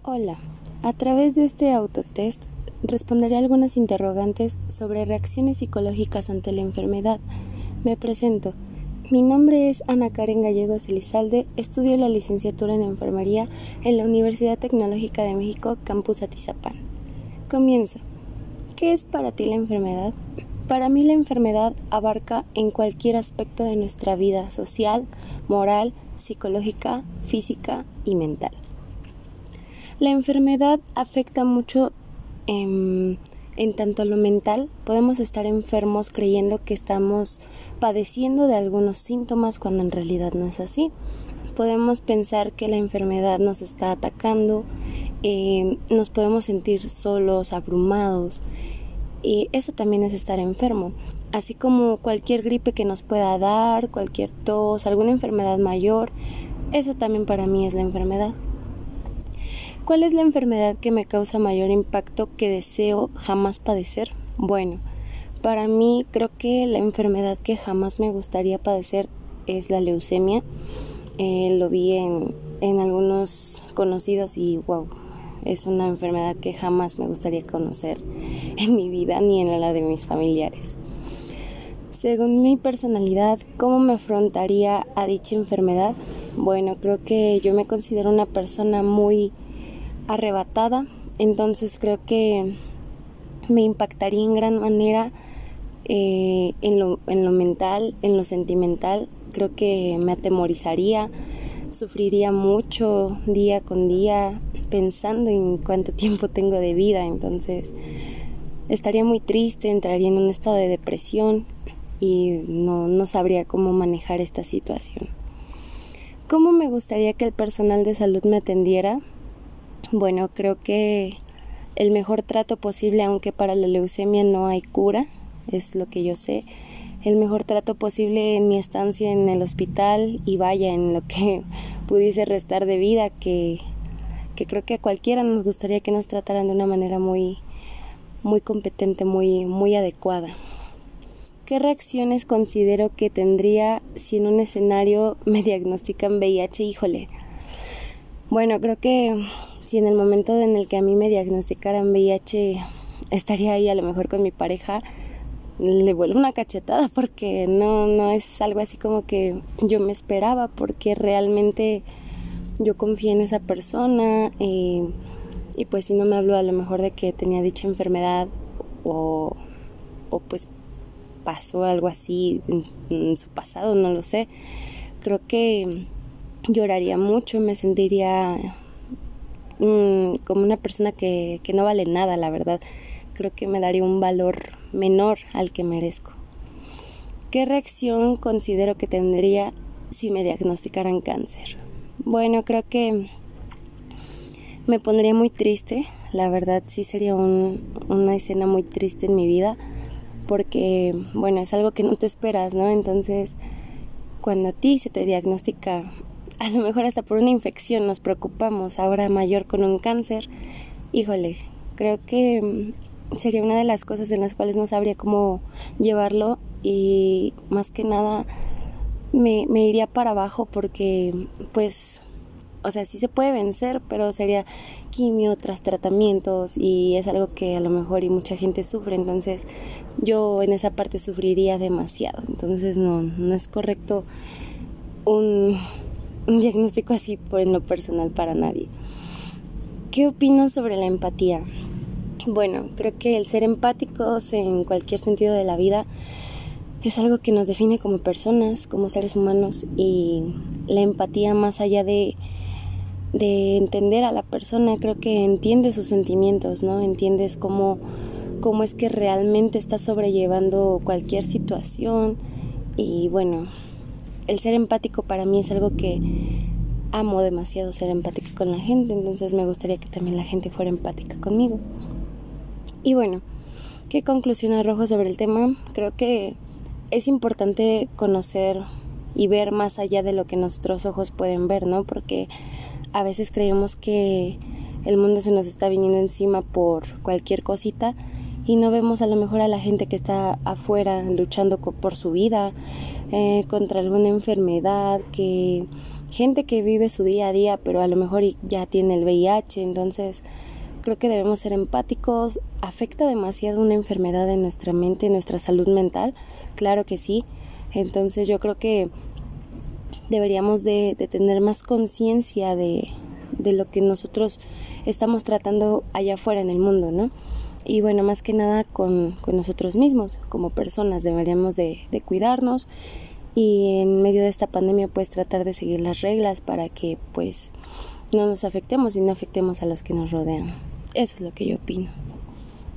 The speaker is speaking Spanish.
Hola, a través de este autotest responderé algunas interrogantes sobre reacciones psicológicas ante la enfermedad. Me presento. Mi nombre es Ana Karen Gallegos Elizalde, estudio la licenciatura en enfermería en la Universidad Tecnológica de México, Campus Atizapán. Comienzo. ¿Qué es para ti la enfermedad? Para mí la enfermedad abarca en cualquier aspecto de nuestra vida social, moral, psicológica, física y mental. La enfermedad afecta mucho en tanto a lo mental. Podemos estar enfermos creyendo que estamos padeciendo de algunos síntomas cuando en realidad no es así. Podemos pensar que la enfermedad nos está atacando, nos podemos sentir solos, abrumados, y eso también es estar enfermo. Así como cualquier gripe que nos pueda dar, cualquier tos, alguna enfermedad mayor, eso también para mí es la enfermedad. ¿Cuál es la enfermedad que me causa mayor impacto que deseo jamás padecer? Bueno, para mí creo que la enfermedad que jamás me gustaría padecer es la leucemia. Lo vi en algunos conocidos y wow, es una enfermedad que jamás me gustaría conocer en mi vida ni en la de mis familiares. Según mi personalidad, ¿cómo me afrontaría a dicha enfermedad? Bueno, creo que yo me considero una persona muy arrebatada, entonces creo que me impactaría en gran manera en lo mental, en lo sentimental. Creo que me atemorizaría, sufriría mucho día con día pensando en cuánto tiempo tengo de vida, entonces estaría muy triste, entraría en un estado de depresión y no sabría cómo manejar esta situación. ¿Cómo me gustaría que el personal de salud me atendiera? Bueno, creo que el mejor trato posible, aunque para la leucemia no hay cura, es lo que yo sé, el mejor trato posible en mi estancia en el hospital y vaya en lo que pudiese restar de vida, que creo que a cualquiera nos gustaría que nos trataran de una manera muy, muy competente, muy adecuada. ¿Qué reacciones considero que tendría si en un escenario me diagnostican VIH? Híjole, bueno, creo que si en el momento en el que a mí me diagnosticaran VIH estaría ahí a lo mejor con mi pareja, le vuelvo una cachetada porque no es algo así como que yo me esperaba, porque realmente yo confié en esa persona y pues si no me habló a lo mejor de que tenía dicha enfermedad o pues pasó algo así en su pasado, no lo sé, creo que lloraría mucho, me sentiría como una persona que no vale nada, la verdad. Creo que me daría un valor menor al que merezco. ¿Qué reacción considero que tendría si me diagnosticaran cáncer? Bueno, creo que me pondría muy triste, la verdad sí sería una escena muy triste en mi vida, porque bueno, es algo que no te esperas, ¿no? Entonces, cuando a ti se te diagnostica, a lo mejor hasta por una infección nos preocupamos, ahora mayor con un cáncer, híjole, creo que sería una de las cosas en las cuales no sabría cómo llevarlo y más que nada me iría para abajo porque pues, o sea, sí se puede vencer, pero sería quimio tras tratamientos y es algo que a lo mejor y mucha gente sufre, entonces yo en esa parte sufriría demasiado, entonces no es correcto un diagnóstico así en lo personal para nadie. ¿Qué opino sobre la empatía? Bueno, creo que el ser empáticos en cualquier sentido de la vida es algo que nos define como personas, como seres humanos, y la empatía, más allá de entender a la persona, creo que entiende sus sentimientos, ¿no? Entiendes cómo es que realmente está sobrellevando cualquier situación y bueno, el ser empático para mí es algo que amo demasiado, ser empática con la gente, entonces me gustaría que también la gente fuera empática conmigo. Y bueno, ¿qué conclusión arrojo sobre el tema? Creo que es importante conocer y ver más allá de lo que nuestros ojos pueden ver, ¿no? Porque a veces creemos que el mundo se nos está viniendo encima por cualquier cosita y no vemos a lo mejor a la gente que está afuera luchando por su vida, contra alguna enfermedad, que gente que vive su día a día, pero a lo mejor ya tiene el VIH. Entonces creo que debemos ser empáticos. ¿Afecta demasiado una enfermedad en nuestra mente, en nuestra salud mental? Claro que sí. Entonces yo creo que deberíamos de tener más conciencia de lo que nosotros estamos tratando allá afuera en el mundo, ¿no? Y bueno, más que nada con nosotros mismos, como personas, deberíamos de cuidarnos y en medio de esta pandemia pues tratar de seguir las reglas para que pues no nos afectemos y no afectemos a los que nos rodean. Eso es lo que yo opino.